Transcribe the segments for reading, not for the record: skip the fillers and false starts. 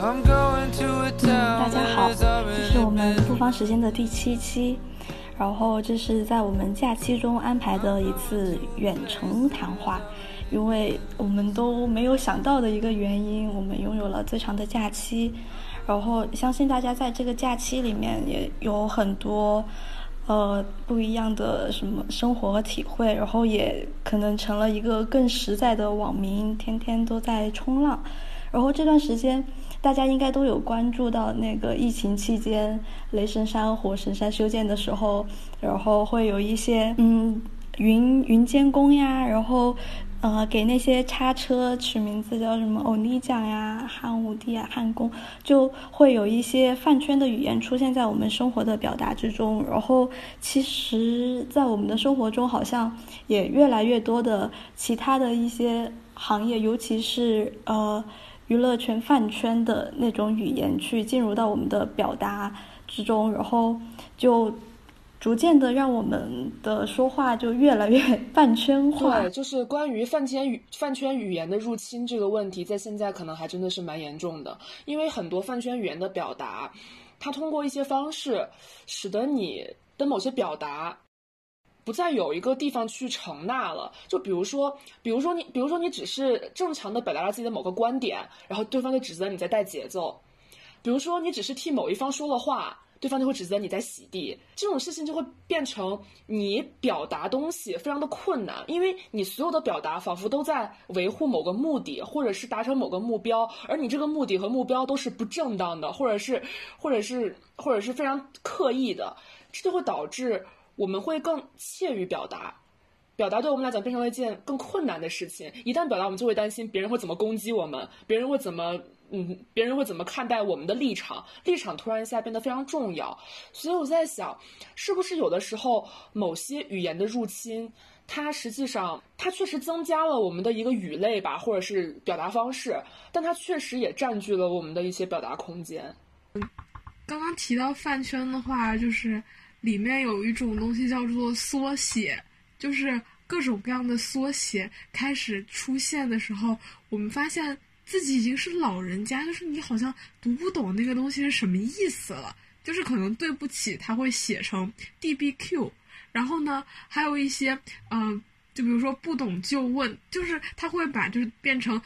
大家好，这是我们不方时间的第7期，然后这是在我们假期中安排的一次远程谈话。因为我们都没有想到的一个原因，我们拥有了最长的假期，然后相信大家在这个假期里面也有很多不一样的什么生活和体会，然后也可能成了一个更实在的网民，天天都在冲浪。然后这段时间大家应该都有关注到那个疫情期间雷神山火神山修建的时候，然后会有一些云监工呀，然后给那些叉车取名字叫什么欧尼酱呀、汉武帝啊、汉宫，就会有一些饭圈的语言出现在我们生活的表达之中。然后其实在我们的生活中好像也越来越多的其他的一些行业，尤其是娱乐圈饭圈的那种语言去进入到我们的表达之中，然后就逐渐的让我们的说话就越来越饭圈化。 对，就是关于饭圈语言的入侵这个问题，在现在可能还真的是蛮严重的。因为很多饭圈语言的表达，它通过一些方式使得你的某些表达不再有一个地方去承纳了。就比如说你只是正常的表达了自己的某个观点，然后对方就指责你在带节奏。比如说你只是替某一方说了话，对方就会指责你在洗地。这种事情就会变成你表达东西非常的困难，因为你所有的表达仿佛都在维护某个目的，或者是达成某个目标，而你这个目的和目标都是不正当的，或者是非常刻意的。这就会导致我们会更怯于表达对我们来讲变成了一件更困难的事情。一旦表达，我们就会担心别人会怎么攻击我们，别人会怎么看待我们的立场突然一下变得非常重要。所以我在想，是不是有的时候某些语言的入侵，它实际上它确实增加了我们的一个语类吧，或者是表达方式，但它确实也占据了我们的一些表达空间。 刚刚提到饭圈的话，就是里面有一种东西叫做缩写，就是各种各样的缩写开始出现的时候，我们发现自己已经是老人家，就是你好像读不懂那个东西是什么意思了，就是可能对不起他会写成 DBQ， 然后呢还有一些就比如说不懂就问，就是他会把就是变成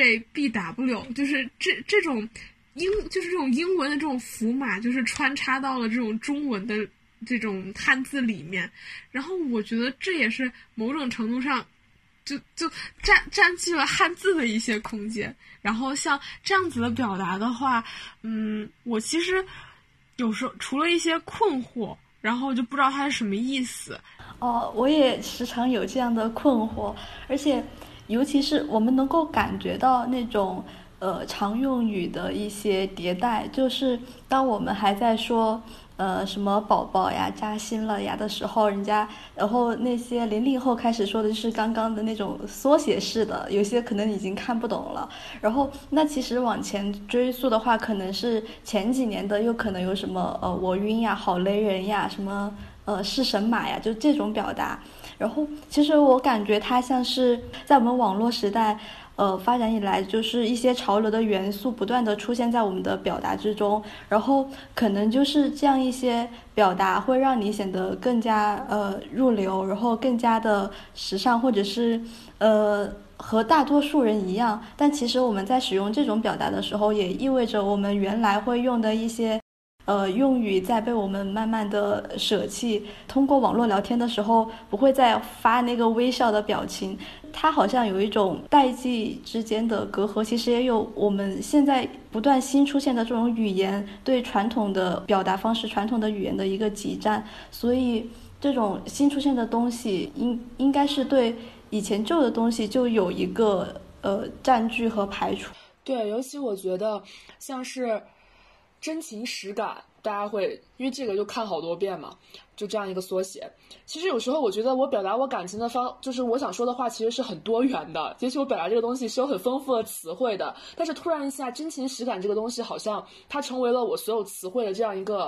BJBW， 就是这种就是这种英文的这种符码就是穿插到了这种中文的这种汉字里面，然后我觉得这也是某种程度上就占据了汉字的一些空间。然后像这样子的表达的话，我其实有时候除了一些困惑，然后就不知道它是什么意思。 我也时常有这样的困惑，而且尤其是我们能够感觉到那种常用语的一些迭代，就是当我们还在说什么宝宝呀加薪了呀的时候，然后那些00后开始说的就是刚刚的那种缩写式的，有些可能已经看不懂了。然后那其实往前追溯的话，可能是前几年的，又可能有什么我晕呀、好雷人呀、什么是神马呀，就这种表达。然后其实我感觉它像是在我们网络时代发展以来，就是一些潮流的元素不断的出现在我们的表达之中，然后可能就是这样一些表达会让你显得更加入流，然后更加的时尚，或者是和大多数人一样。但其实我们在使用这种表达的时候，也意味着我们原来会用的一些用语在被我们慢慢的舍弃。通过网络聊天的时候不会再发那个微笑的表情，它好像有一种代际之间的隔阂。其实也有我们现在不断新出现的这种语言对传统的表达方式、传统的语言的一个挤占，所以这种新出现的东西应该是对以前旧的东西就有一个占据和排除。 对，尤其我觉得像是真情实感，大家会因为这个就看好多遍嘛，就这样一个缩写。其实有时候我觉得我表达我感情的就是我想说的话其实是很多元的，也许我表达这个东西是有很丰富的词汇的，但是突然一下真情实感这个东西好像它成为了我所有词汇的这样一个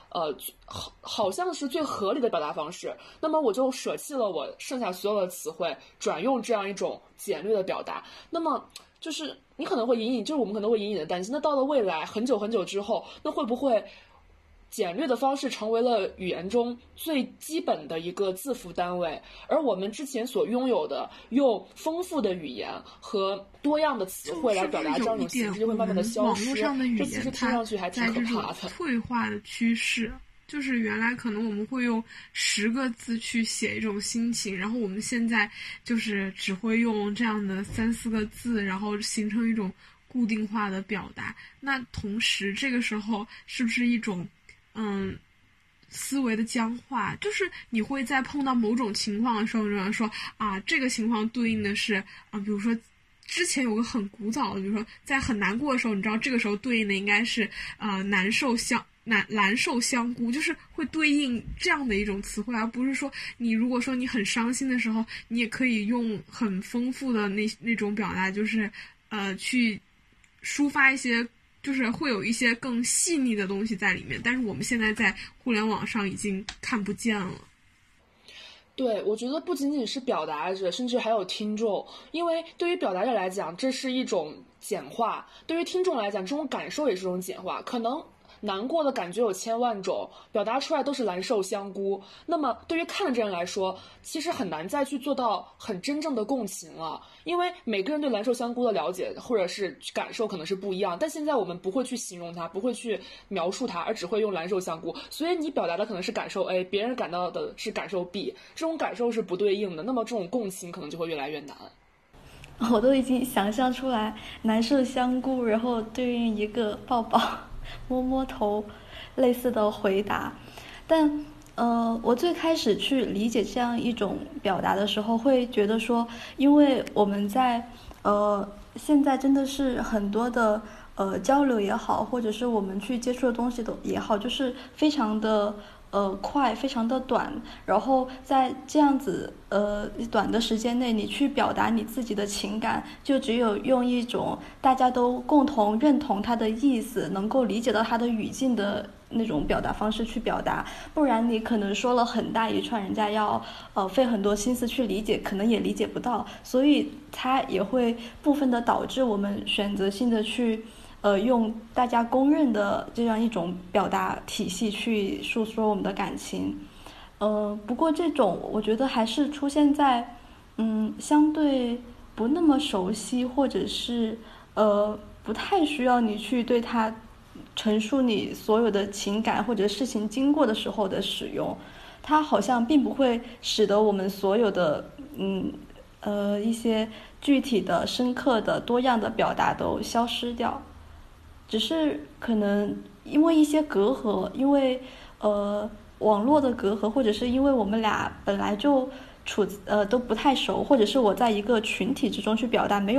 好像是最合理的表达方式，那么我就舍弃了我剩下所有的词汇，转用这样一种简略的表达。那么就是你可能会就是我们可能会隐隐的担心，那到了未来很久很久之后，那会不会简略的方式成为了语言中最基本的一个字符单位，而我们之前所拥有的用丰富的语言和多样的词汇来表达这样一种形式就会慢慢的消失。 网络上的语言这其实听上去还挺可怕的。 退化的趋势，就是原来可能我们会用10个字去写一种心情，然后我们现在就是只会用这样的3、4个字，然后形成一种固定化的表达。那同时这个时候是不是一种思维的僵化，就是你会在碰到某种情况的时候，有人说啊，这个情况对应的是比如说之前有个很古早的，比如说在很难过的时候，你知道这个时候对应的应该是蓝瘦香菇，就是会对应这样的一种词汇，而不是说你如果说你很伤心的时候，你也可以用很丰富的那种表达，就是去抒发一些。就是会有一些更细腻的东西在里面，但是我们现在在互联网上已经看不见了。 对，我觉得不仅仅是表达者，甚至还有听众，因为对于表达者来讲，这是一种简化；对于听众来讲，这种感受也是一种简化。可能难过的感觉有千万种，表达出来都是蓝瘦香菇。那么对于看的人来说，其实很难再去做到很真正的共情了，因为每个人对蓝瘦香菇的了解或者是感受可能是不一样。但现在我们不会去形容它，不会去描述它，而只会用蓝瘦香菇。所以你表达的可能是感受 A， 别人感到的是感受 B， 这种感受是不对应的，那么这种共情可能就会越来越难。 我都已经想象出来蓝瘦香菇，然后对应一个抱抱摸摸头类似的回答。但我最开始去理解这样一种表达的时候，会觉得说，因为我们在现在真的是很多的交流也好，或者是我们去接触的东西都也好，就是非常的快，非常的短，然后在这样子短的时间内，你去表达你自己的情感，就只有用一种大家都共同认同它的意思，能够理解到它的语境的那种表达方式去表达，不然你可能说了很大一串，人家要费很多心思去理解，可能也理解不到，所以它也会部分的导致我们选择性的去用大家公认的这样一种表达体系去诉说我们的感情。不过这种我觉得还是出现在相对不那么熟悉，或者是不太需要你去对它陈述你所有的情感或者事情经过的时候的使用，它好像并不会使得我们所有的一些具体的深刻的多样的表达都消失掉，只是可能因为一些隔阂，因为网络的隔阂，或者是因为我们俩本来就都不太熟，或者是我在一个群体之中去表达没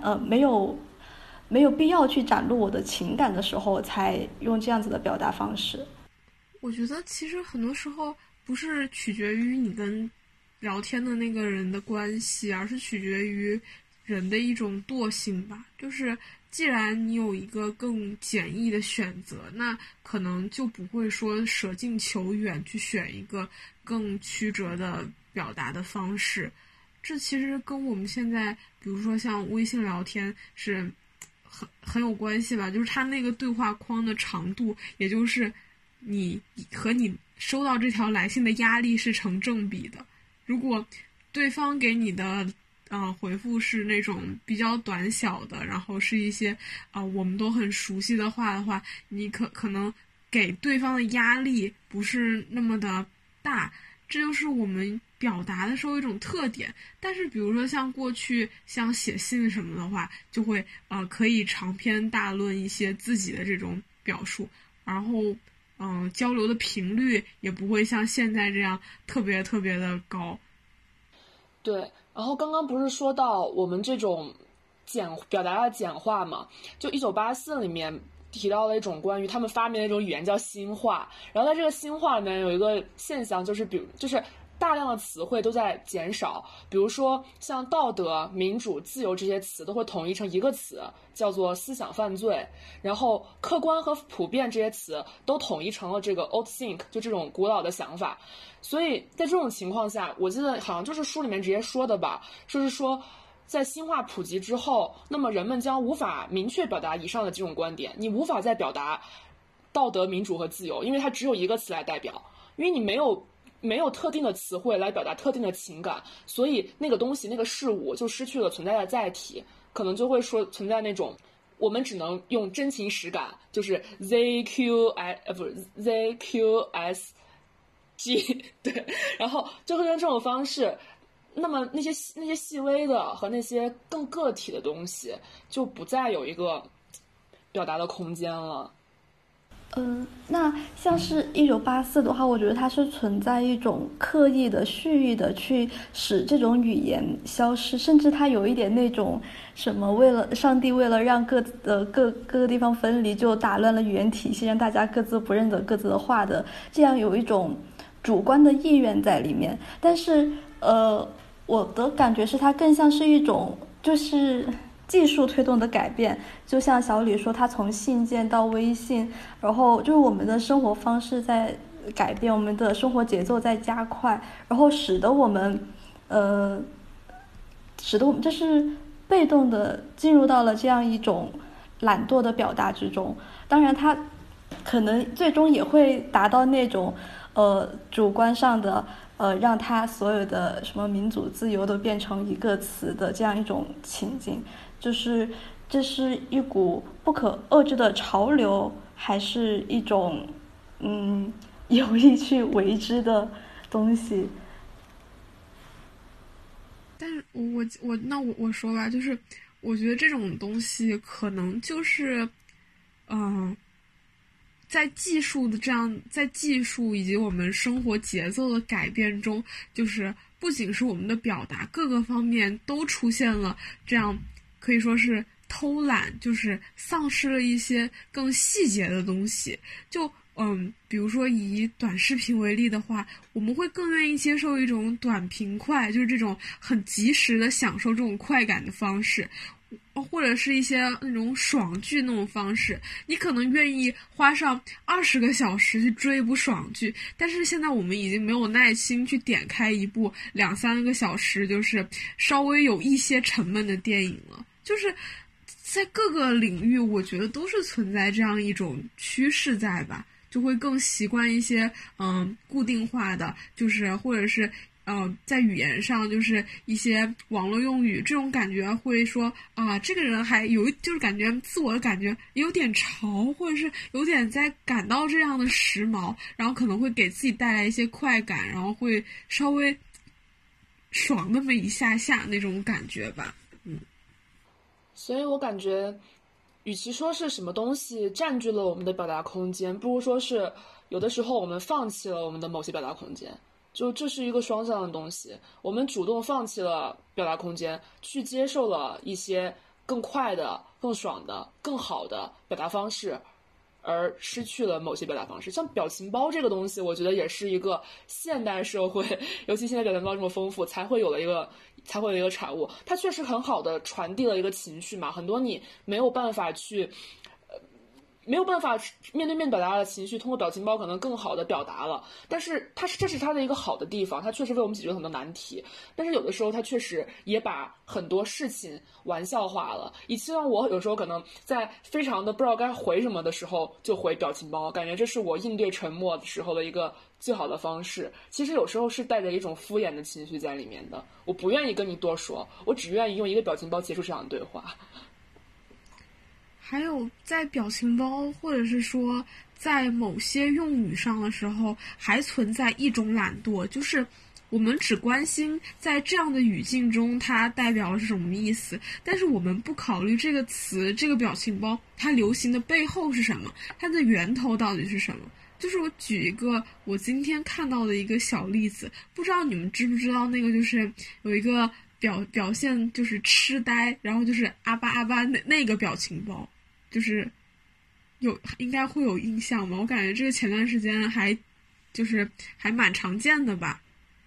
有必要去展露我的情感的时候，才用这样子的表达方式。 我觉得其实很多时候不是取决于你跟聊天的那个人的关系，而是取决于人的一种惰性吧。就是既然你有一个更简易的选择，那可能就不会说舍近求远去选一个更曲折的表达的方式。这其实跟我们现在比如说像微信聊天是很有关系吧，就是它那个对话框的长度，也就是你和你收到这条来信的压力是成正比的。如果对方给你的回复是那种比较短小的，然后是一些我们都很熟悉的话的话，你可能给对方的压力不是那么的大，这就是我们表达的时候一种特点。但是比如说像过去像写信什么的话，就会可以长篇大论一些自己的这种表述，然后交流的频率也不会像现在这样特别特别的高。 对，然后刚刚不是说到我们这种表达的简化嘛，就1984里面提到了一种关于他们发明的一种语言叫新话，然后在这个新话里面有一个现象，就是大量的词汇都在减少，比如说像道德、民主、自由这些词都会统一成一个词，叫做思想犯罪，然后客观和普遍这些词都统一成了这个 old think， 就这种古老的想法。所以在这种情况下，我记得好像就是书里面直接说的吧，说在新化普及之后，那么人们将无法明确表达以上的几种观点，你无法再表达道德、民主和自由，因为它只有一个词来代表，因为你没有特定的词汇来表达特定的情感，所以那个东西那个事物就失去了存在的载体，可能就会说存在那种我们只能用真情实感，就是 ZQS G 对，然后就会用这种方式，那么那些细微的和那些更个体的东西就不再有一个表达的空间了。 那像是1984的话，我觉得它是存在一种刻意的、蓄意的去使这种语言消失，甚至它有一点那种什么，上帝为了让各个地方分离，就打乱了语言体系，让大家各自不认得各自的话的，这样有一种主观的意愿在里面。但是我的感觉是它更像是一种就是技术推动的改变，就像小李说，他从信件到微信，然后就是我们的生活方式在改变，我们的生活节奏在加快，然后使得我们就是被动的进入到了这样一种懒惰的表达之中。当然他可能最终也会达到那种主观上的让他所有的什么民主自由都变成一个词的这样一种情景。就是这是一股不可遏制的潮流，还是一种有意去为之的东西？ 但是我说吧，就是我觉得这种东西可能就是在技术以及我们生活节奏的改变中，就是不仅是我们的表达，各个方面都出现了这样可以说是偷懒，就是丧失了一些更细节的东西。就比如说以短视频为例的话，我们会更愿意接受一种短平快，就是这种很及时的享受这种快感的方式，或者是一些那种爽剧那种方式。你可能愿意花上20个小时去追一部爽剧，但是现在我们已经没有耐心去点开一部2-3个小时就是稍微有一些沉闷的电影了。就是在各个领域我觉得都是存在这样一种趋势在吧，就会更习惯一些固定化的，就是或者是在语言上就是一些网络用语，这种感觉会说这个人还有就是感觉自我的感觉有点潮，或者是有点在感到这样的时髦，然后可能会给自己带来一些快感，然后会稍微爽那么一下下那种感觉吧。 所以我感觉与其说是什么东西占据了我们的表达空间，不如说是有的时候我们放弃了我们的某些表达空间，就这是一个双向的东西。我们主动放弃了表达空间，去接受了一些更快的、更爽的、更好的表达方式，而失去了某些表达方式。像表情包这个东西，我觉得也是一个现代社会，尤其现在表情包这么丰富，才会有了一个产物。它确实很好的传递了一个情绪嘛，很多你没有办法面对面表达的情绪，通过表情包可能更好的表达了。但是这是它的一个好的地方，它确实为我们解决了很多难题。但是有的时候它确实也把很多事情玩笑化了，以期让我有时候可能在非常的不知道该回什么的时候就回表情包，感觉这是我应对沉默的时候的一个最好的方式。其实有时候是带着一种敷衍的情绪在里面的，我不愿意跟你多说，我只愿意用一个表情包结束这场对话。 还有在表情包或者是说在某些用语上的时候，还存在一种懒惰，就是我们只关心在这样的语境中它代表的是什么意思，但是我们不考虑这个词这个表情包它流行的背后是什么，它的源头到底是什么。就是我举一个我今天看到的一个小例子，不知道你们知不知道，那个就是有一个表现就是痴呆，然后就是阿巴阿巴那个表情包，就是应该会有印象吧。我感觉这个前段时间还蛮常见的吧。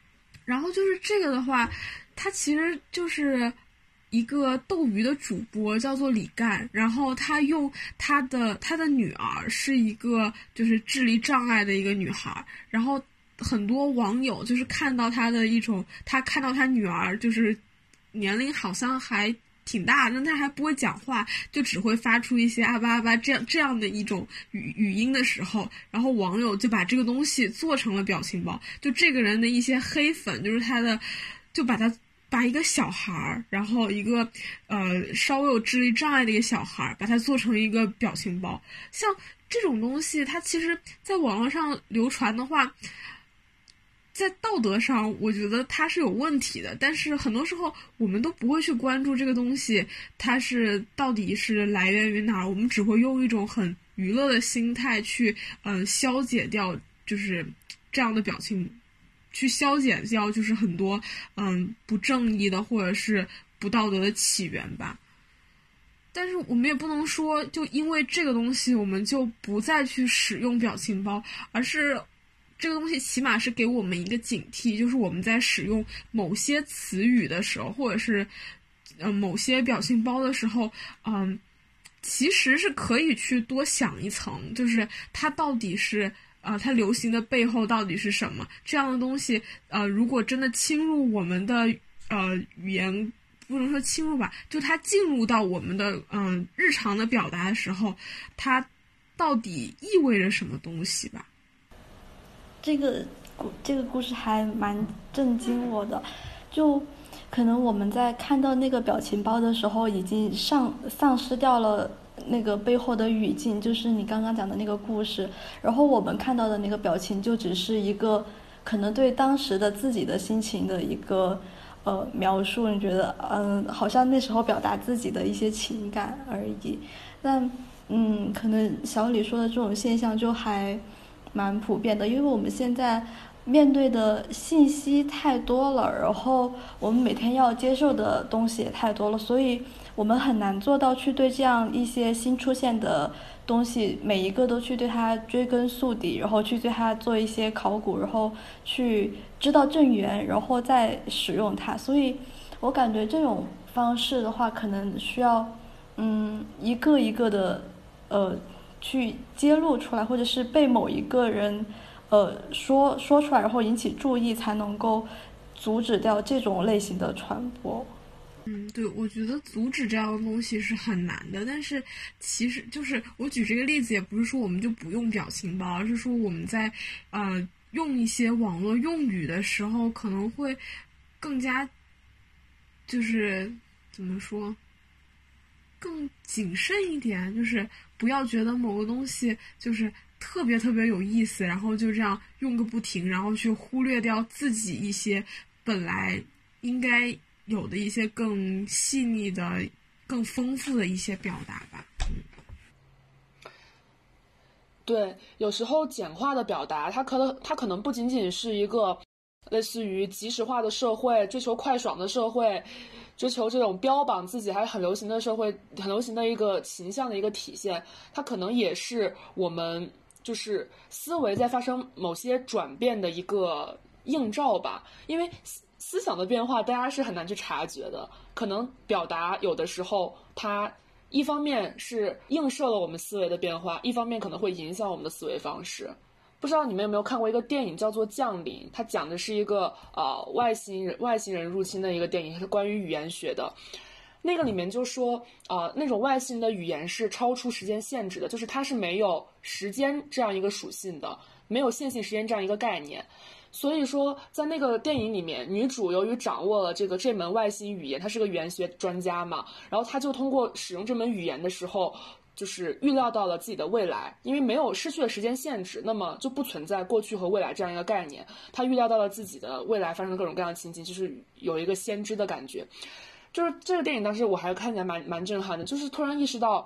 然后就是这个的话，它其实就是一个斗鱼的主播叫做李干，然后他用他的女儿是一个就是智力障碍的一个女孩，然后很多网友就是看到他看到他女儿就是年龄好像还挺大，但他还不会讲话，就只会发出一些啊吧啊吧这样的一种语音的时候，然后网友就把这个东西做成了表情包，就这个人的一些黑粉，就是就把一个小孩，然后一个稍微有智力障碍的一个小孩，把它做成一个表情包。像这种东西，它其实在网络上流传的话，在道德上我觉得它是有问题的，但是很多时候我们都不会去关注这个东西它到底是来源于哪儿，我们只会用一种很娱乐的心态去消解掉就是这样的表情，去消解掉就是很多不正义的或者是不道德的起源吧。但是我们也不能说就因为这个东西我们就不再去使用表情包，而是这个东西起码是给我们一个警惕，就是我们在使用某些词语的时候，或者是某些表情包的时候，其实是可以去多想一层，就是它到底是它流行的背后到底是什么？这样的东西如果真的侵入我们的语言，不能说侵入吧，就它进入到我们的日常的表达的时候，它到底意味着什么东西吧？ 这个故事还蛮震惊我的，就可能我们在看到那个表情包的时候，已经丧失掉了那个背后的语境，就是你刚刚讲的那个故事，然后我们看到的那个表情就只是一个可能对当时的自己的心情的一个描述，你觉得好像那时候表达自己的一些情感而已，但可能小李说的这种现象就还蛮普遍的，因为我们现在面对的信息太多了，然后我们每天要接受的东西也太多了，所以我们很难做到去对这样一些新出现的东西每一个都去对它追根溯底，然后去对它做一些考古，然后去知道正源，然后再使用它。所以我感觉这种方式的话可能需要一个一个的去揭露出来，或者是被某一个人说出来，然后引起注意，才能够阻止掉这种类型的传播。 对，我觉得阻止这样的东西是很难的，但是其实就是我举这个例子，也不是说我们就不用表情包，而是说我们在用一些网络用语的时候，可能会更加就是怎么说，更谨慎一点，就是不要觉得某个东西就是特别特别有意思，然后就这样用个不停，然后去忽略掉自己一些本来应该有的一些更细腻的、更丰富的一些表达吧。 对，有时候简化的表达，它可能不仅仅是一个类似于即时化的社会，追求快爽的社会，追求这种标榜自己还很流行的社会，很流行的一个形象的一个体现，它可能也是我们就是思维在发生某些转变的一个映照吧。因为思想的变化大家是很难去察觉的，可能表达有的时候它一方面是映射了我们思维的变化，一方面可能会影响我们的思维方式。不知道你们有没有看过一个电影叫做《降临》，它讲的是一个外星人入侵的一个电影，是关于语言学的。那个里面就说那种外星的语言是超出时间限制的，就是它是没有时间这样一个属性的，没有线性时间这样一个概念。所以说在那个电影里面，女主由于掌握了这门外星语言，她是个语言学专家嘛，然后她就通过使用这门语言的时候，就是预料到了自己的未来，因为没有失去了时间限制，那么就不存在过去和未来这样一个概念。她预料到了自己的未来发生各种各样的情景，就是有一个先知的感觉。就是这个电影当时我还看起来蛮震撼的，就是突然意识到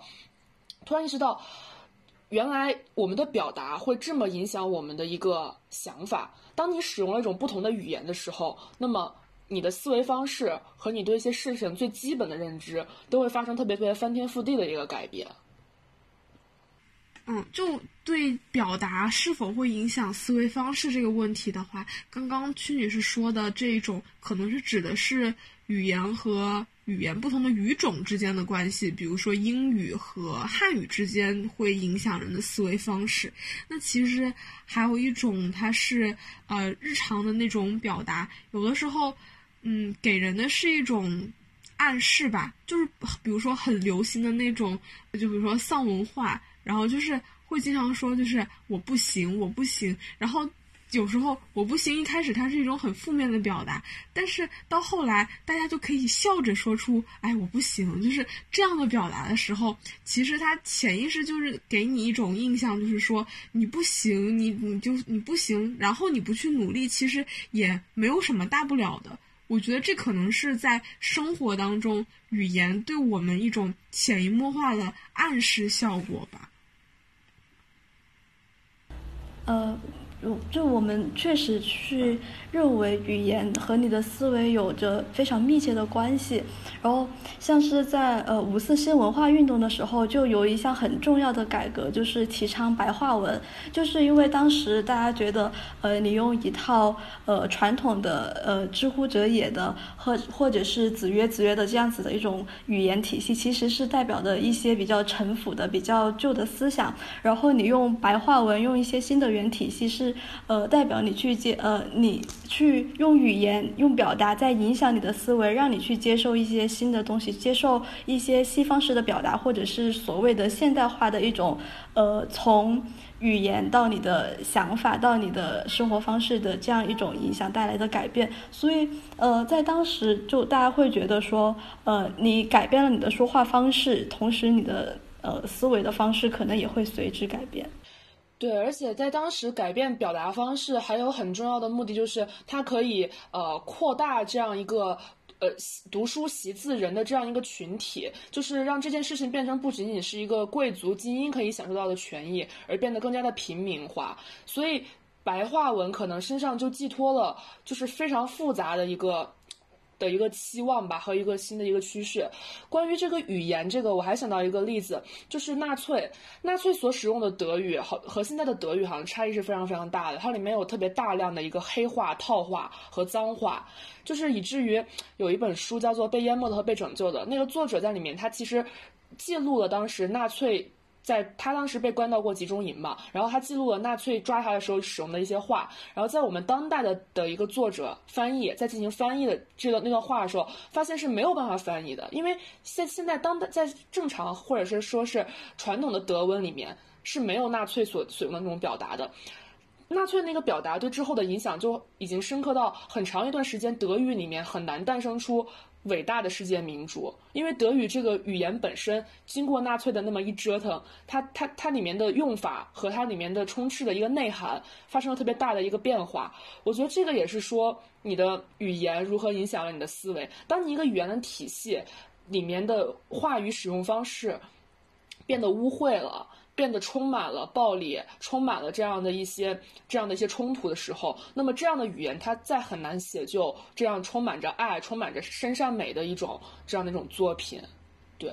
原来我们的表达会这么影响我们的一个想法。当你使用了一种不同的语言的时候，那么你的思维方式和你对一些事情最基本的认知都会发生特别特别翻天覆地的一个改变。 就对表达是否会影响思维方式这个问题的话，刚刚曲女士说的这一种可能是指的是语言和语言不同的语种之间的关系，比如说英语和汉语之间会影响人的思维方式。那其实还有一种，它是日常的那种表达，有的时候给人的是一种暗示吧，就是比如说很流行的那种，就比如说丧文化，然后就是会经常说就是我不行我不行，然后有时候我不行一开始它是一种很负面的表达，但是到后来大家就可以笑着说出哎我不行，就是这样的表达的时候，其实它潜意识就是给你一种印象，就是说你不行，你不行，然后你不去努力，其实也没有什么大不了的。我觉得这可能是在生活当中语言对我们一种潜移默化的暗示效果吧。 就我们确实去认为语言和你的思维有着非常密切的关系，然后像是在5·4新文化运动的时候，就有一项很重要的改革，就是提倡白话文，就是因为当时大家觉得你用一套传统的知乎者也的或者是子曰的这样子的一种语言体系，其实是代表的一些比较陈腐的比较旧的思想，然后你用白话文，用一些新的语言体系是代表你去用语言用表达在影响你的思维，让你去接受一些新的东西，接受一些西方式的表达，或者是所谓的现代化的一种从语言到你的想法到你的生活方式的这样一种影响带来的改变。所以在当时就大家会觉得说你改变了你的说话方式，同时你的思维的方式可能也会随之改变。 对，而且在当时改变表达方式还有很重要的目的，就是它可以扩大这样一个读书习字人的这样一个群体，就是让这件事情变成不仅仅是一个贵族精英可以享受到的权益，而变得更加的平民化。所以白话文可能身上就寄托了就是非常复杂的一个期望吧，和一个新的一个趋势。关于这个语言，这个我还想到一个例子，就是纳粹所使用的德语和现在的德语好像差异是非常非常大的，它里面有特别大量的一个黑话、套话和脏话，就是以至于有一本书叫做《被淹没的和被拯救的》，那个作者在里面他其实记录了当时纳粹他当时被关到过集中营嘛，然后他记录了纳粹抓他的时候使用的一些话，然后在我们当代的一个作者翻译在进行翻译的那段话的时候，发现是没有办法翻译的，因为现在当代在正常或者是说是传统的德文里面是没有纳粹所用的那种表达的。纳粹那个表达对之后的影响就已经深刻到很长一段时间德语里面很难诞生出伟大的世界民主，因为德语这个语言本身经过纳粹的那么一折腾，它里面的用法和它里面的充斥的一个内涵发生了特别大的一个变化。我觉得这个也是说你的语言如何影响了你的思维。当你一个语言的体系里面的话语使用方式变得污秽了，变得充满了暴力，充满了这样的一些冲突的时候，那么这样的语言它再很难写就这样充满着爱、充满着深善美的这样的一种作品。对。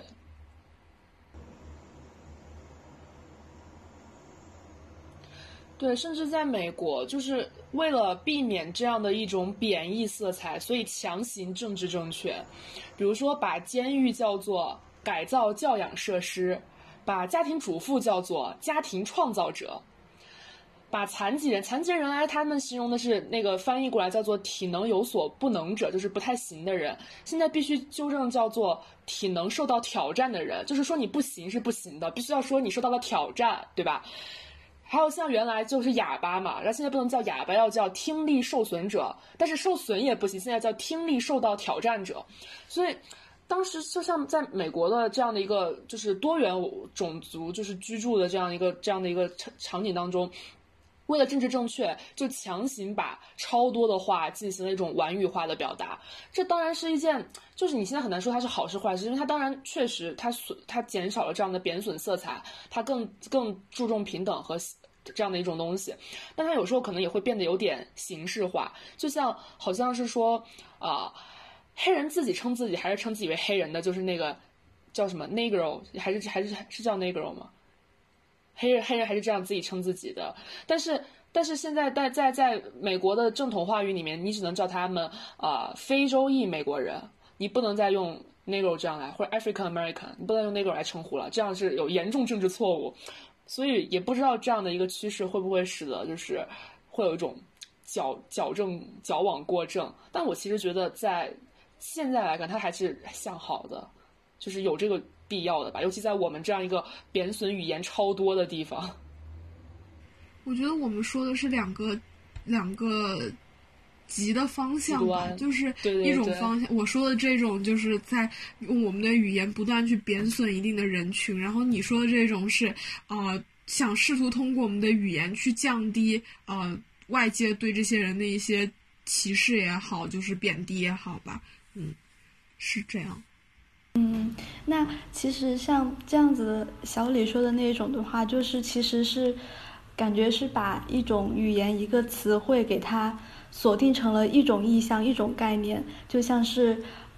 对，甚至在美国，就是为了避免这样的一种贬义色彩，所以强行政治正确，比如说把监狱叫做改造教养设施，把家庭主妇叫做家庭创造者，把残疾人来他们形容的是那个翻译过来叫做体能有所不能者，就是不太行的人，现在必须纠正叫做体能受到挑战的人，就是说你不行是不行的，必须要说你受到了挑战，对吧？还有像原来就是哑巴嘛，然后现在不能叫哑巴，要叫听力受损者，但是受损也不行，现在叫听力受到挑战者。所以当时就像在美国的这样的一个就是多元种族就是居住的这样的一个场景当中，为了政治正确，就强行把超多的话进行了一种玩语化的表达。这当然是一件，就是你现在很难说它是好事坏事，因为它当然确实它减少了这样的贬损色彩，它更注重平等和这样的一种东西，但它有时候可能也会变得有点形式化，就像好像是说黑人自己称自己还是称自己为黑人的，就是那个叫什么 Negro， 还是叫 Negro 吗？ 黑人还是这样自己称自己的。但是现在在美国的正统话语里面，你只能叫他们非洲裔美国人，你不能再用 Negro 这样来，或者 African American， 你不能用 Negro 来称呼了，这样是有严重政治错误。所以也不知道这样的一个趋势会不会使得就是会有一种矫枉过正。但我其实觉得在现在来看，它还是向好的，就是有这个必要的吧，尤其在我们这样一个贬损语言超多的地方。 我觉得我们说的是两个急的方向吧，就是一种方向。我说的这种就是在用我们的语言不断去贬损一定的人群，然后你说的这种是想试图通过我们的语言去降低外界对这些人的一些歧视也好，就是贬低也好吧。是这样。 那其实像这样子的小李说的那种的话，就是其实是感觉是把一种语言一个词汇给它锁定成了一种意象一种概念，就像是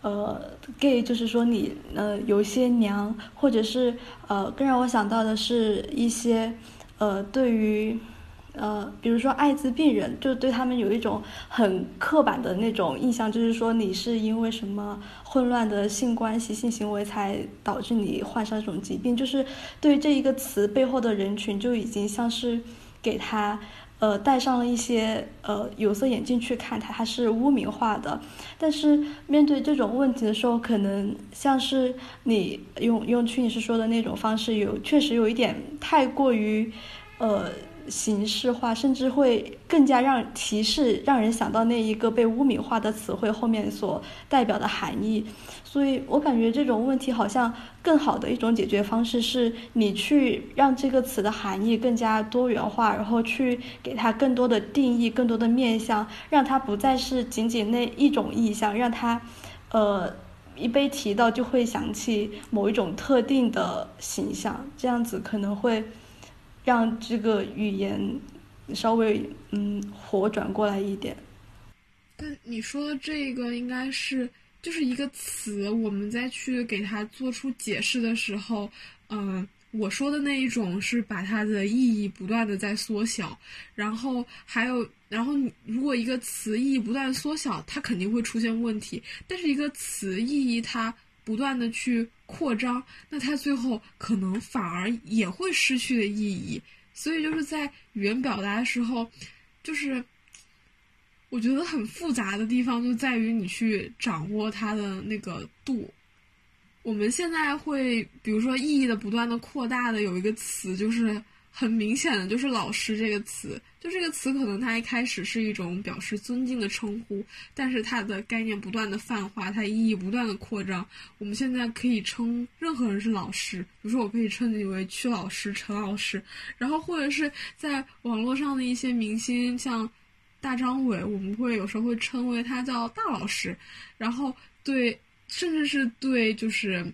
gay 就是说你有些娘，或者是更让我想到的是一些对于比如说艾滋病人，就对他们有一种很刻板的那种印象，就是说你是因为什么混乱的性关系性行为才导致你患上这种疾病，就是对这一个词背后的人群就已经像是给他戴上了一些有色眼镜去看它是污名化的。但是面对这种问题的时候，可能像是你用曲女士说的那种方式，确实有一点太过于形式化，甚至会更加让人想到那一个被污名化的词汇后面所代表的含义。所以我感觉这种问题好像更好的一种解决方式是你去让这个词的含义更加多元化，然后去给它更多的定义，更多的面向，让它不再是仅仅那一种意象，让它一被提到就会想起某一种特定的形象，这样子可能会让这个语言稍微活转过来一点。 但你说的这个应该是就是一个词，我们再去给它做出解释的时候，我说的那一种是把它的意义不断的在缩小，然后如果一个词意义不断缩小，它肯定会出现问题。但是一个词意义它不断的去扩张，那它最后可能反而也会失去的意义。所以就是在语言表达的时候，就是我觉得很复杂的地方就在于你去掌握它的那个度。我们现在会比如说意义的不断的扩大的有一个词，就是很明显的就是老师这个词，就这个词可能它一开始是一种表示尊敬的称呼，但是它的概念不断的泛化，它意义不断的扩张。我们现在可以称任何人是老师，比如说我可以称你为曲老师、陈老师，然后或者是在网络上的一些明星，像大张伟，我们会有时候会称为他叫大老师，然后对，甚至是对就是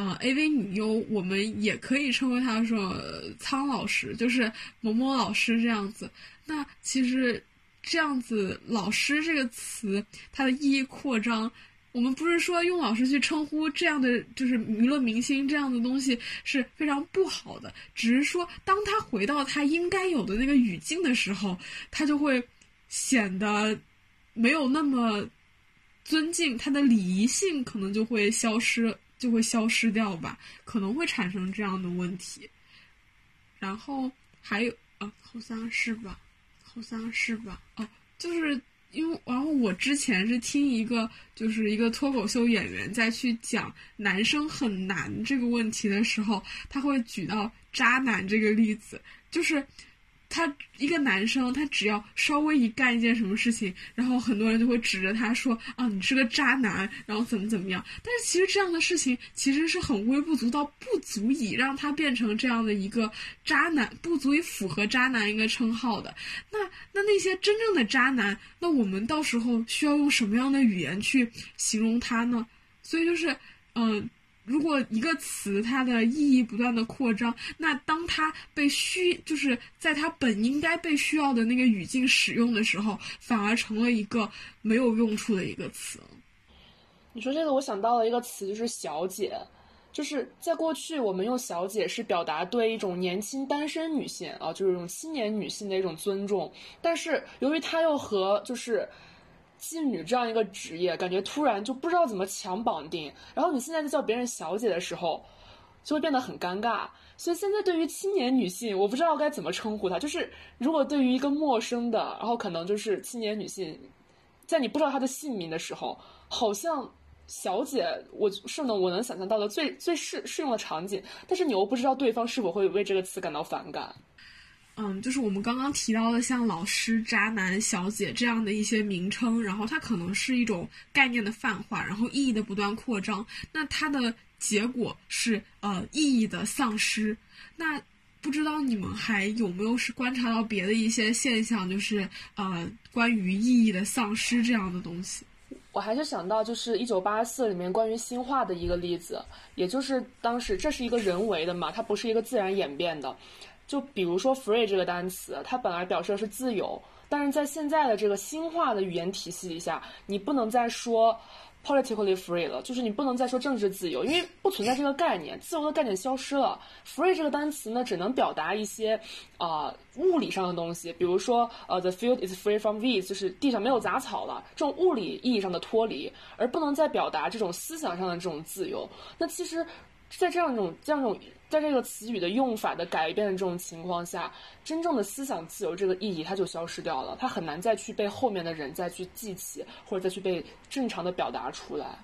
AV 女优，我们也可以称为他说苍老师，就是某某老师这样子。那其实这样子老师这个词它的意义扩张，我们不是说用老师去称呼这样的就是娱乐明星这样的东西是非常不好的，只是说当他回到他应该有的那个语境的时候，他就会显得没有那么尊敬，他的礼仪性可能就会消失掉吧，可能会产生这样的问题。然后还有后三是吧就是因为然后我之前是听一个脱口秀演员在去讲男生很难这个问题的时候，他会举到渣男这个例子，就是他一个男生，他只要稍微一干一件什么事情，然后很多人就会指着他说你是个渣男，然后怎么样。但是其实这样的事情其实是很微不足道，不足以让他变成这样的一个渣男，不足以符合渣男一个称号的。那些真正的渣男，那我们到时候需要用什么样的语言去形容他呢？所以就是如果一个词它的意义不断的扩张，那当它就是在它本应该被需要的那个语境使用的时候，反而成了一个没有用处的一个词。 你说这个我想到了一个词，就是小姐。 就是在过去，我们用小姐是表达对一种年轻单身女性啊，就是一种青年女性的一种尊重。但是由于她又和就是妓女这样一个职业，感觉突然就不知道怎么强绑定。然后你现在在叫别人小姐的时候，就会变得很尴尬。所以现在对于青年女性，我不知道该怎么称呼她。就是如果对于一个陌生的，然后可能就是青年女性，在你不知道她的姓名的时候，好像小姐，我能想象到的最适用的场景，但是你又不知道对方是否会为这个词感到反感。 就是我们刚刚提到的像老师、渣男、小姐这样的一些名称，然后它可能是一种概念的泛化，然后意义的不断扩张，那它的结果是意义的丧失。那不知道你们还有没有是观察到别的一些现象，就是关于意义的丧失这样的东西？ 我还是想到就是1984里面关于新化的一个例子，也就是当时这是一个人为的嘛，它不是一个自然演变的。就比如说 free 这个单词，它本来表示的是自由，但是在现在的这个新化的语言体系底下，你不能再说 politically free 了，就是你不能再说政治自由，因为不存在这个概念，自由的概念消失了。free 这个单词呢，只能表达一些物理上的东西，比如说the field is free from weeds， 就是地上没有杂草了，这种物理意义上的脱离，而不能再表达这种思想上的这种自由。那其实在这样一种在这个词语的用法的改变的这种情况下，真正的思想自由这个意义它就消失掉了，它很难再去被后面的人再去记起，或者再去被正常的表达出来。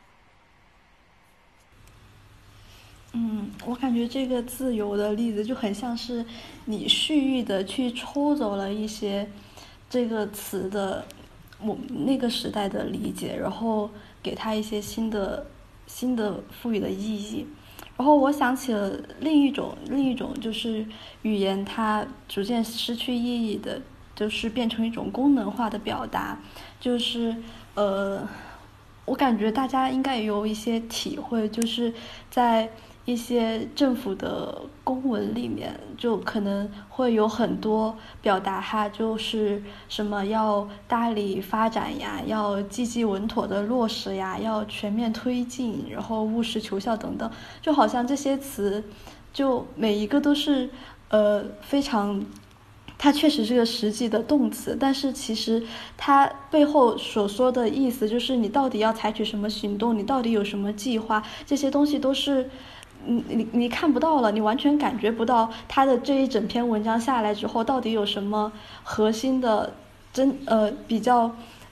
我感觉这个自由的例子就很像是你蓄意的去抽走了一些这个词的我那个时代的理解，然后给它一些新的赋予的意义。然后我想起了另一种就是语言它逐渐失去意义的，就是变成一种功能化的表达，就是我感觉大家应该也有一些体会，就是在一些政府的公文里面，就可能会有很多表达哈，就是什么要大力发展呀，要积极稳妥的落实呀，要全面推进，然后务实求效等等，就好像这些词，就每一个都是非常。它确实是个实际的动词，但是其实它背后所说的意思就是你到底要采取什么行动，你到底有什么计划，这些东西都是你看不到了，你完全感觉不到它的这一整篇文章下来之后到底有什么核心的比较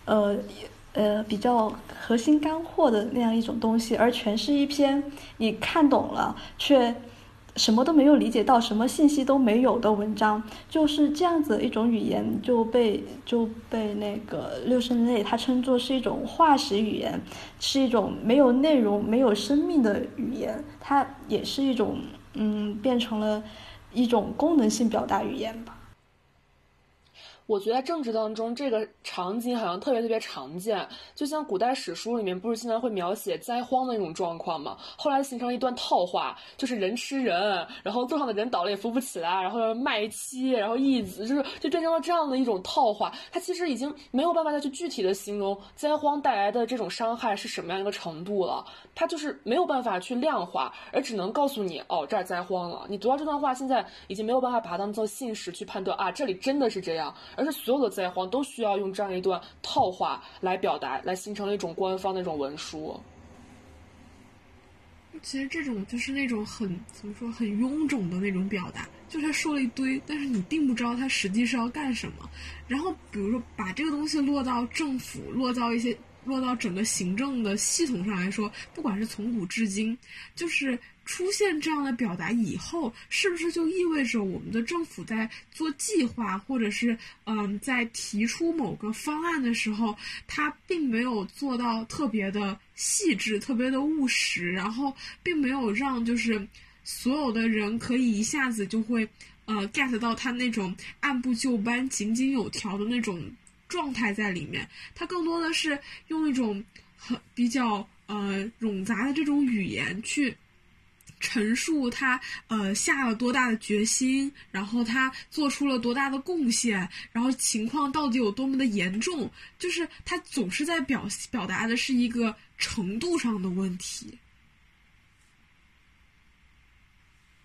核心干货的那样一种东西，而全是一篇你看懂了却什么都没有理解到，什么信息都没有的文章。就是这样子一种语言就被那个六生类它称作是一种化石语言，是一种没有内容没有生命的语言，它也是一种变成了一种功能性表达语言吧。 我觉得在政治当中，这个场景好像特别常见，就像古代史书里面不是经常会描写灾荒的那种状况吗？后来形成了一段套话，就是人吃人，然后路上的人倒了也扶不起来，然后卖妻，然后义子，就变成了这样的一种套话。它其实已经没有办法再去具体的形容灾荒带来的这种伤害是什么样一个程度了，它就是没有办法去量化，而只能告诉你这儿灾荒了。你读到这段话，现在已经没有办法把它当做信实去判断这里真的是这样，而是所有的灾荒都需要用这样一段套话来表达，来形成了一种官方的一种文书。 其实这种就是那种很臃肿的那种表达，就是他说了一堆，但是你并不知道他实际是要干什么。然后比如说把这个东西落到政府，落到整个行政的系统上来说，不管是从古至今，就是出现这样的表达以后，是不是就意味着我们的政府在做计划，或者是在提出某个方案的时候，它并没有做到特别的细致、特别的务实，然后并没有让就是所有的人可以一下子就会get 到它那种按部就班、井井有条的那种状态在里面。它更多的是用一种比较冗杂的这种语言去陈述他下了多大的决心，然后他做出了多大的贡献，然后情况到底有多么的严重，就是他总是在表达的是一个程度上的问题。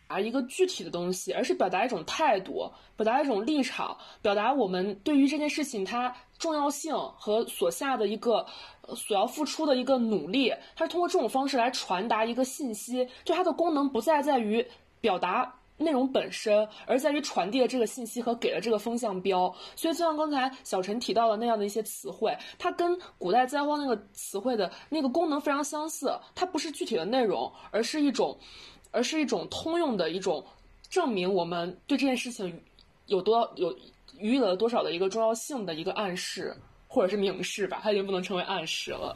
一个具体的东西，而是表达一种态度，表达一种立场，表达我们对于这件事情它重要性和所下的一个所要付出的一个努力，它是通过这种方式来传达一个信息，就它的功能不再在于表达内容本身，而在于传递了这个信息和给了这个风向标。所以就像刚才小陈提到的那样的一些词汇，它跟古代灾荒那个词汇的那个功能非常相似，它不是具体的内容，而是一种通用的一种证明我们对这件事情有予以了多少的一个重要性的一个暗示，或者是明示吧，它已经不能称为暗示了。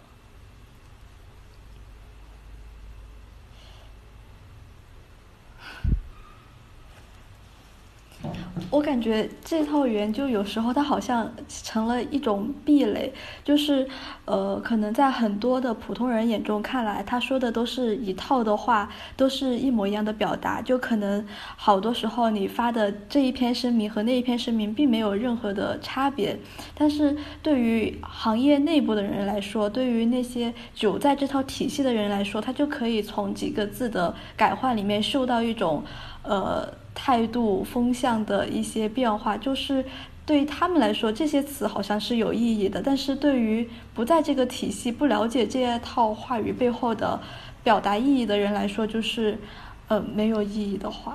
我感觉这套语言就有时候它好像成了一种壁垒，就是可能在很多的普通人眼中看来，他说的都是一套的话，都是一模一样的表达，就可能好多时候你发的这一篇声明和那一篇声明并没有任何的差别。但是对于行业内部的人来说，对于那些久在这套体系的人来说，他就可以从几个字的改换里面嗅到一种态度风向的一些变化，就是对于他们来说这些词好像是有意义的，但是对于不在这个体系不了解这套话语背后的表达意义的人来说，就是没有意义的话。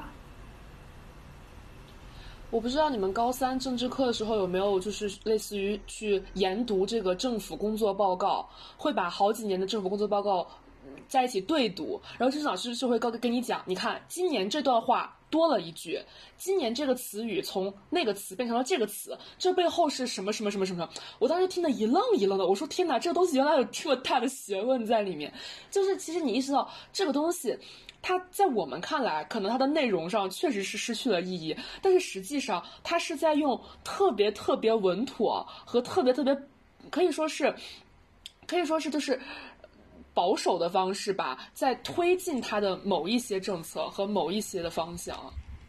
我不知道你们高三政治课的时候有没有就是类似于去研读这个政府工作报告，会把好几年的政府工作报告在一起对读，然后政治老师就会跟你讲，你看今年这段话多了一句，今年这个词语从那个词变成了这个词，这背后是什么什么什么什么。我当时听得一愣一愣的，我说天哪，这个东西原来有这么大的学问在里面。就是其实你意识到这个东西它在我们看来可能它的内容上确实是失去了意义，但是实际上它是在用特别特别稳妥和特别特别可以说是就是保守的方式吧，在推进它的某一些政策和某一些的方向。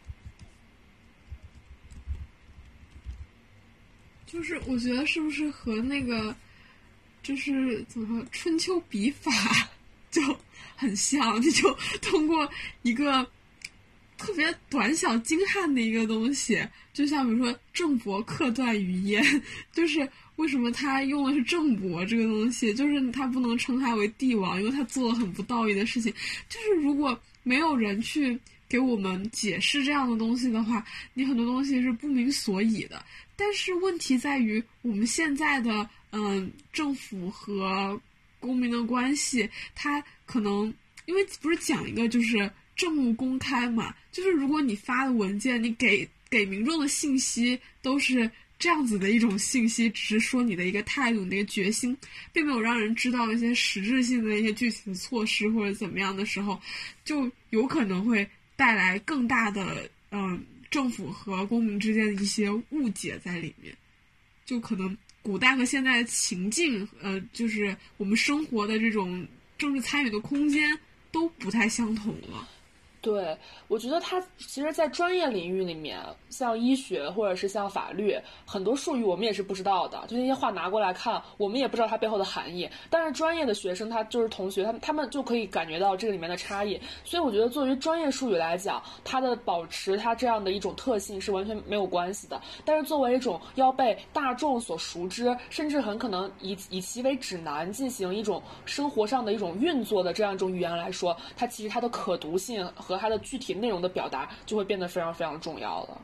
就是我觉得是不是和那个就是怎么说春秋笔法就很像，你就通过一个特别短小精悍的一个东西，就像比如说郑伯克段于鄢，就是为什么他用的是郑伯这个东西，就是他不能称他为帝王，因为他做了很不道义的事情。就是如果没有人去给我们解释这样的东西的话，你很多东西是不明所以的。但是问题在于我们现在的政府和公民的关系，它可能因为不是讲一个就是政务公开嘛，就是如果你发的文件，你给民众的信息都是这样子的一种信息，只是说你的一个态度，你的一个决心，并没有让人知道一些实质性的一些具体的措施或者怎么样的时候，就有可能会带来更大的政府和公民之间的一些误解在里面。就可能古代和现在的情境就是我们生活的这种政治参与的空间都不太相同了。 对，我觉得它其实在专业领域里面，像医学或者是像法律，很多术语我们也是不知道的，就那些话拿过来看，我们也不知道它背后的含义。但是专业的学生，他就是同学，他们就可以感觉到这个里面的差异。所以我觉得作为专业术语来讲，它的保持它这样的一种特性是完全没有关系的。但是作为一种要被大众所熟知，甚至很可能以其为指南进行一种生活上的一种运作的这样一种语言来说，它其实它的可读性和它的具体内容的表达就会变得非常非常重要了。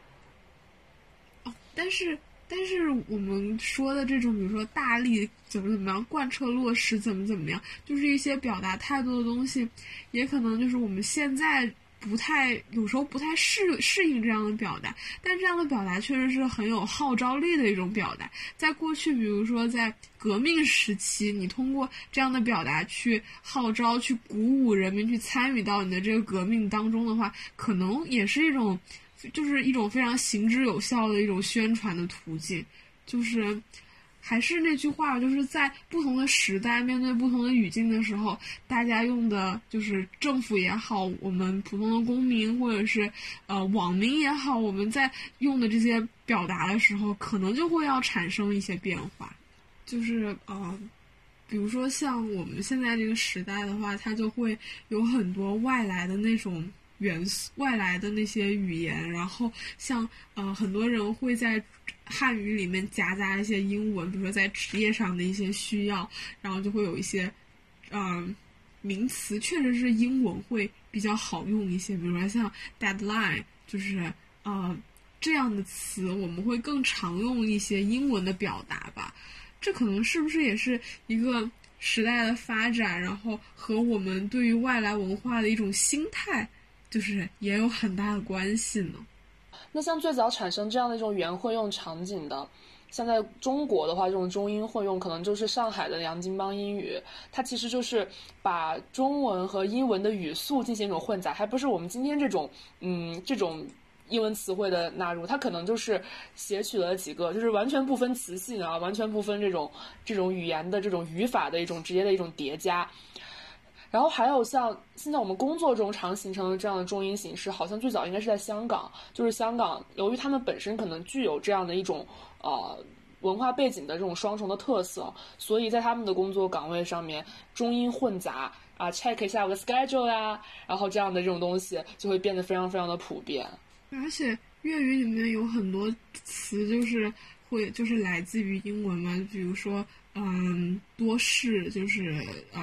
但是我们说的这种，比如说大力怎么样贯彻落实怎么样，就是一些表达态度的东西，也可能就是我们现在有时候不太适应这样的表达，但这样的表达确实是很有号召力的一种表达。在过去，比如说在革命时期，你通过这样的表达去号召、去鼓舞人民去参与到你的这个革命当中的话，可能也是一种非常行之有效的一种宣传的途径。就是还是那句话，就是在不同的时代面对不同的语境的时候，大家用的就是政府也好，我们普通的公民或者是网民也好，我们在用的这些表达的时候，可能就会要产生一些变化。就是比如说像我们现在这个时代的话，它就会有很多外来的那种元素、外来的那些语言，然后像很多人会在汉语里面夹杂一些英文，比如说在职业上的一些需要，然后就会有一些名词确实是英文会比较好用一些，比如说像 deadline， 就是这样的词我们会更常用一些英文的表达吧。这可能是不是也是一个时代的发展，然后和我们对于外来文化的一种心态，就是也有很大的关系呢？ 那像最早产生这样的一种语言会用场景的，像在中国的话，这种中英混用可能就是上海的洋泾浜英语，它其实就是把中文和英文的语速进行一种混杂，还不是我们今天这种英文词汇的纳入，它可能就是写取了几个，就是完全不分词性啊，完全不分这种语言的这种语法的一种直接的一种叠加。然后还有像现在我们工作中常形成的这样的中英形式，好像最早应该是在香港，就是香港由于他们本身可能具有这样的一种文化背景的这种双重的特色，所以在他们的工作岗位上面中英混杂啊 ，check 一下我的 schedule 呀，然后这样的这种东西就会变得非常非常的普遍。 而且粤语里面有很多词就是来自于英文嘛，比如说多事就是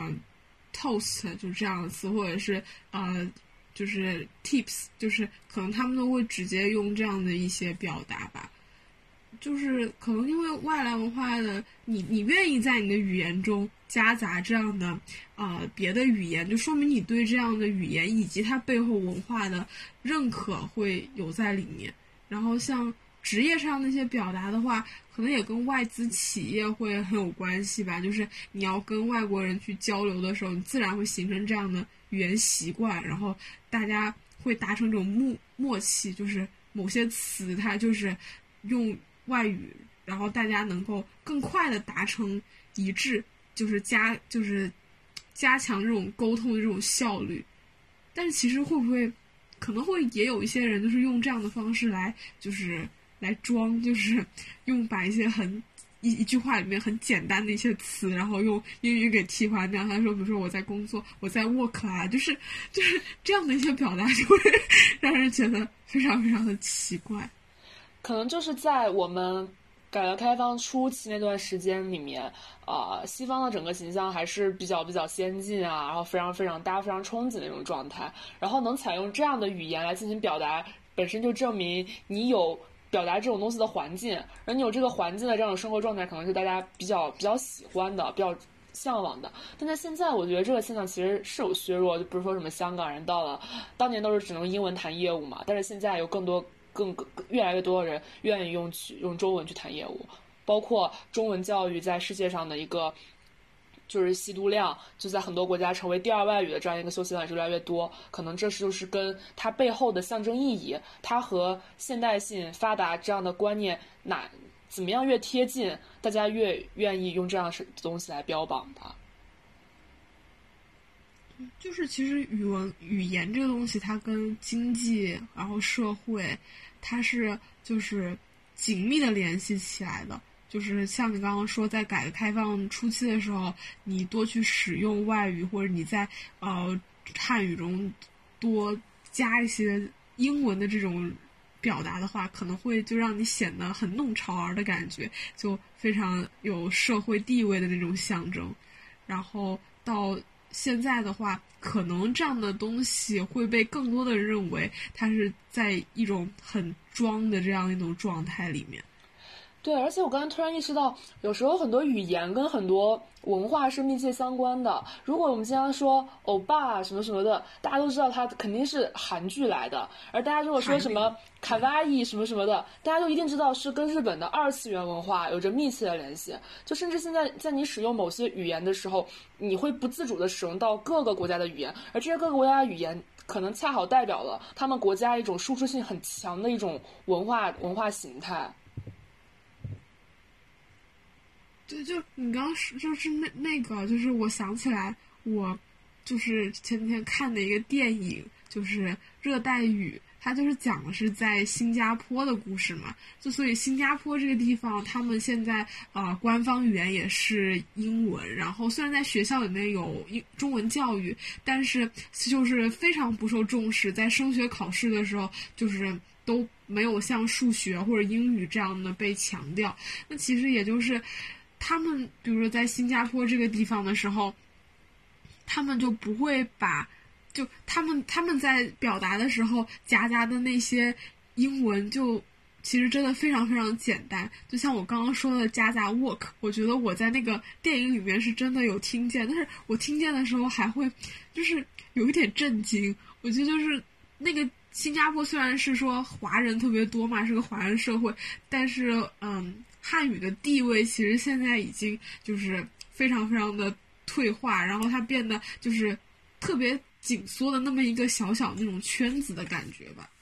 toast 就是这样的词，或者是就是 tips， 就是可能他们都会直接用这样的一些表达吧。就是可能因为外来文化的你愿意在你的语言中夹杂这样的别的语言，就说明你对这样的语言以及它背后文化的认可会有在里面。然后像职业上那些表达的话，可能也跟外资企业会很有关系吧，就是你要跟外国人去交流的时候，你自然会形成这样的语言习惯，然后大家会达成这种默契，就是某些词它就是用外语，然后大家能够更快的达成一致，就是加强这种沟通的这种效率。但是其实会不会可能会也有一些人就是用这样的方式来装，就是把一些一句话里面很简单的一些词，然后用英语给替换掉。他说比如说我在工作，我在 work 啊，就是这样的一些表达就会让人觉得非常非常的奇怪。 可能就是在我们改革开放初期那段时间里面，西方的整个形象还是比较先进啊，然后非常非常大家非常憧憬的那种状态，然后能采用这样的语言来进行表达，本身就证明你有表达这种东西的环境，而你有这个环境的这样的生活状态，可能是大家比较喜欢的，比较向往的。但在现在，我觉得这个现象其实是有削弱，就不是说什么香港人到了当年都是只能英文谈业务嘛，但是现在有越来越多的人愿意用中文去谈业务，包括中文教育在世界上的一个就是吸读量，就在很多国家成为第二外语的这样一个修习量是越来越多。可能这就是跟它背后的象征意义，它和现代性发达这样的观念怎么样越贴近，大家越愿意用这样的东西来标榜吧。 就是其实语言这个东西，它跟经济然后社会，它是就是紧密的联系起来的。就是像你刚刚说，在改革开放初期的时候，你多去使用外语，或者你在汉语中多加一些英文的这种表达的话，可能会就让你显得很弄潮儿的感觉，就非常有社会地位的那种象征。然后到现在的话，可能这样的东西会被更多的人认为它是在一种很装的这样一种状态里面。 对，而且我刚才突然意识到，有时候很多语言跟很多文化是密切相关的。如果我们经常说欧巴什么什么的，大家都知道它肯定是韩剧来的；而大家如果说什么卡哇伊什么什么的，大家都一定知道是跟日本的二次元文化有着密切的联系。就甚至现在在你使用某些语言的时候，你会不自主地使用到各个国家的语言，而这些各个国家的语言可能恰好代表了他们国家一种输出性很强的一种文化形态。 对，就你刚刚说，就是那个，就是我想起来，我就是前几天看的一个电影，就是《热带雨》， 它就是讲的是在新加坡的故事嘛，就所以新加坡这个地方，他们现在官方语言也是英文，然后虽然在学校里面有中文教育，但是就是非常不受重视，在升学考试的时候就是都没有像数学或者英语这样的被强调。那其实也就是他们比如说在新加坡这个地方的时候，他们就不会把就他们在表达的时候夹杂的那些英文就其实真的非常非常简单，就像我刚刚说的夹杂 work， 我觉得我在那个电影里面是真的有听见，但是我听见的时候还会就是有一点震惊。我觉得就是那个新加坡虽然是说华人特别多嘛，是个华人社会，但是汉语的地位其实现在已经就是非常非常的退化，然后它变得就是特别紧缩的那么一个小小那种圈子的感觉吧。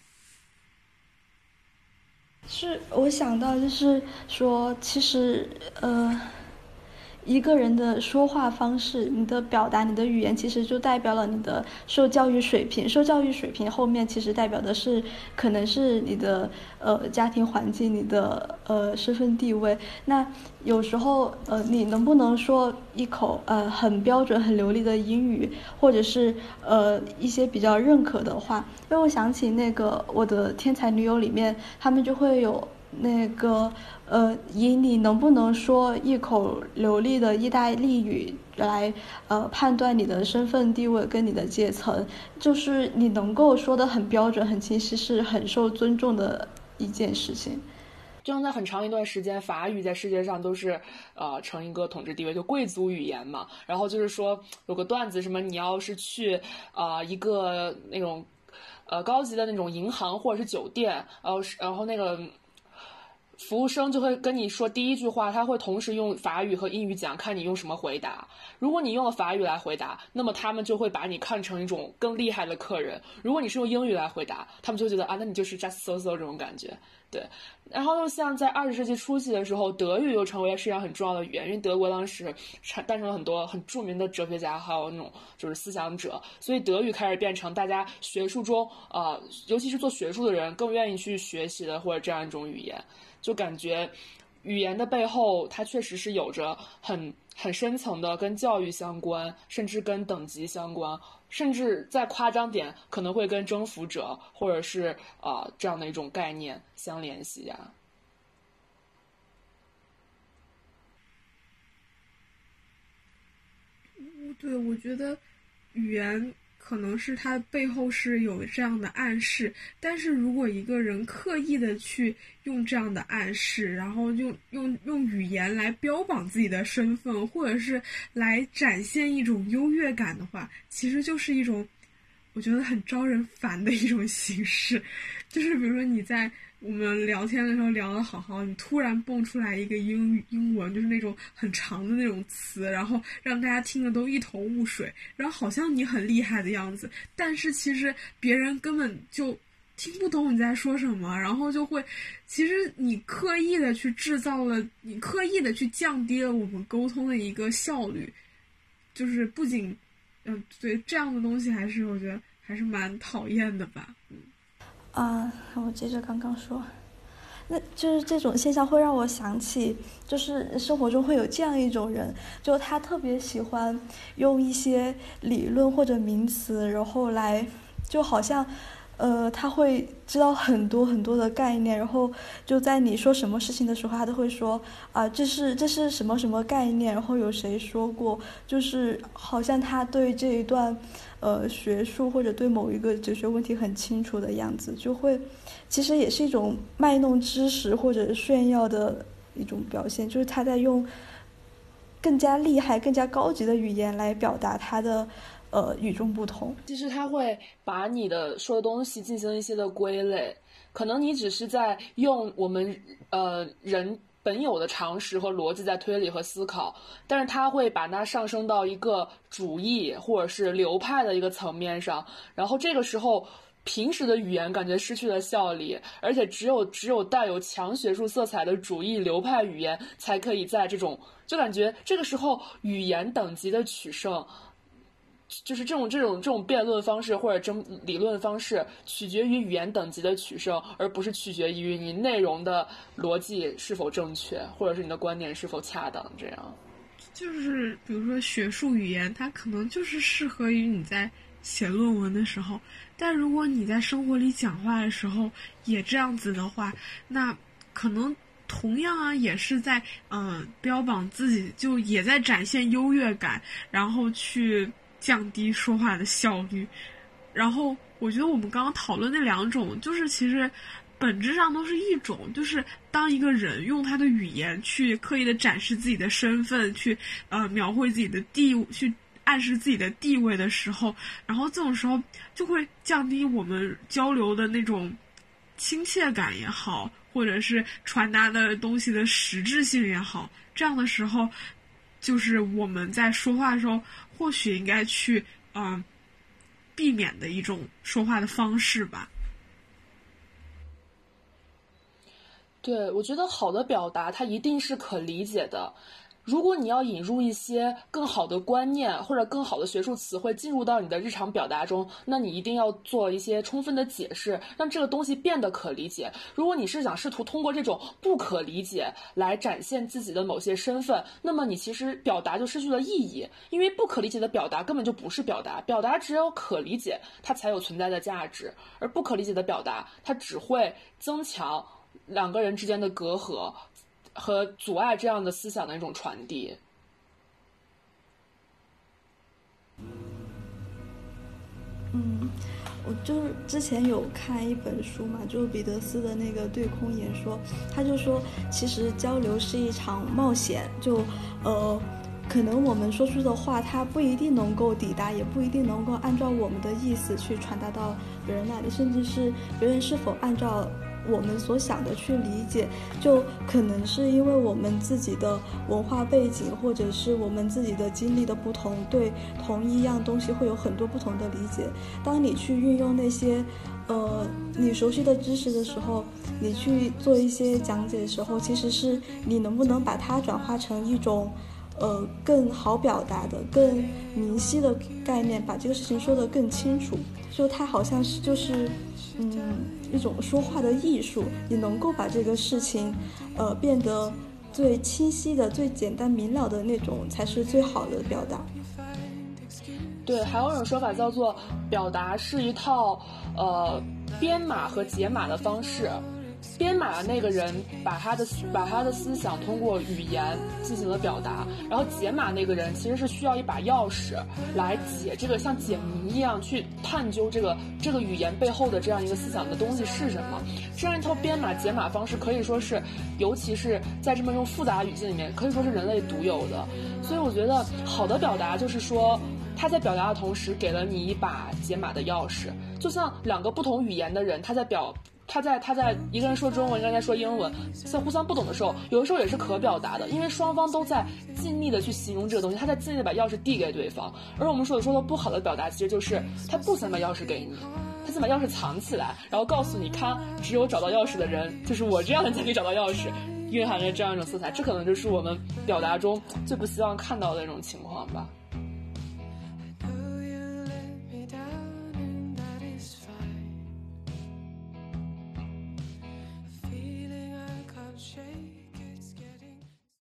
是我想到就是说，其实一个人的说话方式，你的表达，你的语言，其实就代表了你的受教育水平。受教育水平后面其实代表的是，可能是你的家庭环境，你的身份地位。那有时候你能不能说一口很标准、很流利的英语，或者是一些比较认可的话？因为我想起那个《我的天才女友》里面，他们就会有那个以你能不能说一口流利的意大利语来判断你的身份地位跟你的阶层，就是你能够说得很标准很清晰，是很受尊重的一件事情。 就像在很长一段时间，法语在世界上都是成一个统治地位，就贵族语言嘛。然后就是说有个段子，什么你要是去一个那种高级的那种银行或者是酒店，然后那个服务生就会跟你说第一句话，他会同时用法语和英语讲，看你用什么回答。如果你用了法语来回答，那么他们就会把你看成一种更厉害的客人；如果你是用英语来回答，他们就觉得那你就是 just so so 这种感觉。对，然后又像在20世纪初期的时候，德语又成为了世界上很重要的语言，因为德国当时诞生了很多很著名的哲学家，还有那种就是思想者，所以德语开始变成大家学术中尤其是做学术的人更愿意去学习的或者这样一种语言。就感觉语言的背后，它确实是有着很深层的跟教育相关，甚至跟等级相关，甚至再夸张点，可能会跟征服者或者是这样的一种概念相联系呀。 对，我觉得语言可能是它背后是有这样的暗示，但是如果一个人刻意的去用这样的暗示，然后用语言来标榜自己的身份，或者是来展现一种优越感的话，其实就是一种我觉得很招人烦的一种形式。就是比如说你在我们聊天的时候聊得好好，你突然蹦出来一个英文，就是那种很长的那种词，然后让大家听得都一头雾水，然后好像你很厉害的样子，但是其实别人根本就听不懂你在说什么，然后就会其实你刻意的去制造了，你刻意的去降低了我们沟通的一个效率，就是不仅对这样的东西还是我觉得还是蛮讨厌的吧。 我接着刚刚说，那就是这种现象会让我想起，就是生活中会有这样一种人，就他特别喜欢用一些理论或者名词，然后来就好像他会知道很多很多的概念，然后就在你说什么事情的时候，他都会说这是什么什么概念，然后有谁说过，就是好像他对这一段学术或者对某一个哲学问题很清楚的样子，就会其实也是一种卖弄知识或者炫耀的一种表现，就是他在用更加厉害更加高级的语言来表达他的与众不同。 其实他会把你的说的东西进行一些的归类，可能你只是在用我们人本有的常识和逻辑在推理和思考，但是他会把它上升到一个主义或者是流派的一个层面上，然后这个时候平时的语言感觉失去了效力，而且只有带有强学术色彩的主义流派语言才可以在这种，就感觉这个时候语言等级的取胜就是这种辩论方式或者理论方式取决于语言等级的取胜，而不是取决于你内容的逻辑是否正确，或者是你的观点是否恰当。这样就是比如说学术语言，它可能就是适合于你在写论文的时候，但如果你在生活里讲话的时候也这样子的话，那可能同样啊，也是在标榜自己，就也在展现优越感，然后去降低说话的效率。然后我觉得我们刚刚讨论那两种，就是其实本质上都是一种，就是当一个人用他的语言去刻意的展示自己的身份，去描绘自己的地位，去暗示自己的地位的时候，然后这种时候就会降低我们交流的那种亲切感也好，或者是传达的东西的实质性也好，这样的时候就是我们在说话的时候或许应该去避免的一种说话的方式吧。 对，我觉得好的表达它一定是可理解的。如果你要引入一些更好的观念或者更好的学术词汇进入到你的日常表达中，那你一定要做一些充分的解释，让这个东西变得可理解。如果你是想试图通过这种不可理解来展现自己的某些身份，那么你其实表达就失去了意义，因为不可理解的表达根本就不是表达，表达只有可理解它才有存在的价值，而不可理解的表达它只会增强两个人之间的隔阂和阻碍这样的思想的一种传递。 我就是之前有看一本书嘛，就是彼得斯的那个对空演说，他就说其实交流是一场冒险，就可能我们说出的话它不一定能够抵达，也不一定能够按照我们的意思去传达到别人那里，甚至是别人是否按照我们所想的去理解，就可能是因为我们自己的文化背景或者是我们自己的经历的不同，对同一样东西会有很多不同的理解。当你去运用那些你熟悉的知识的时候，你去做一些讲解的时候，其实是你能不能把它转化成一种更好表达的更明晰的概念，把这个事情说得更清楚，就它好像是就是一种说话的艺术，你能够把这个事情变得最清晰的最简单明了的那种才是最好的表达。 对，还有一种说法叫做表达是一套编码和解码的方式。编码那个人把他的思想通过语言进行了表达，然后解码那个人其实是需要一把钥匙来解这个，像解谜一样去探究这个语言背后的这样一个思想的东西是什么。这样一套编码解码方式可以说是，尤其是在这么一种复杂语境里面，可以说是人类独有的。所以我觉得好的表达就是说，他在表达的同时给了你一把解码的钥匙，就像两个不同语言的人，他在一个人说中文，一个人在说英文，在互相不懂的时候，有的时候也是可表达的，因为双方都在尽力的去形容这个东西，他在尽力的把钥匙递给对方。而我们说的不好的表达，其实就是他不想把钥匙给你，他想把钥匙藏起来，然后告诉你看，只有找到钥匙的人，就是我这样的才可以找到钥匙，蕴含着这样一种色彩。这可能就是我们表达中最不希望看到的那种情况吧。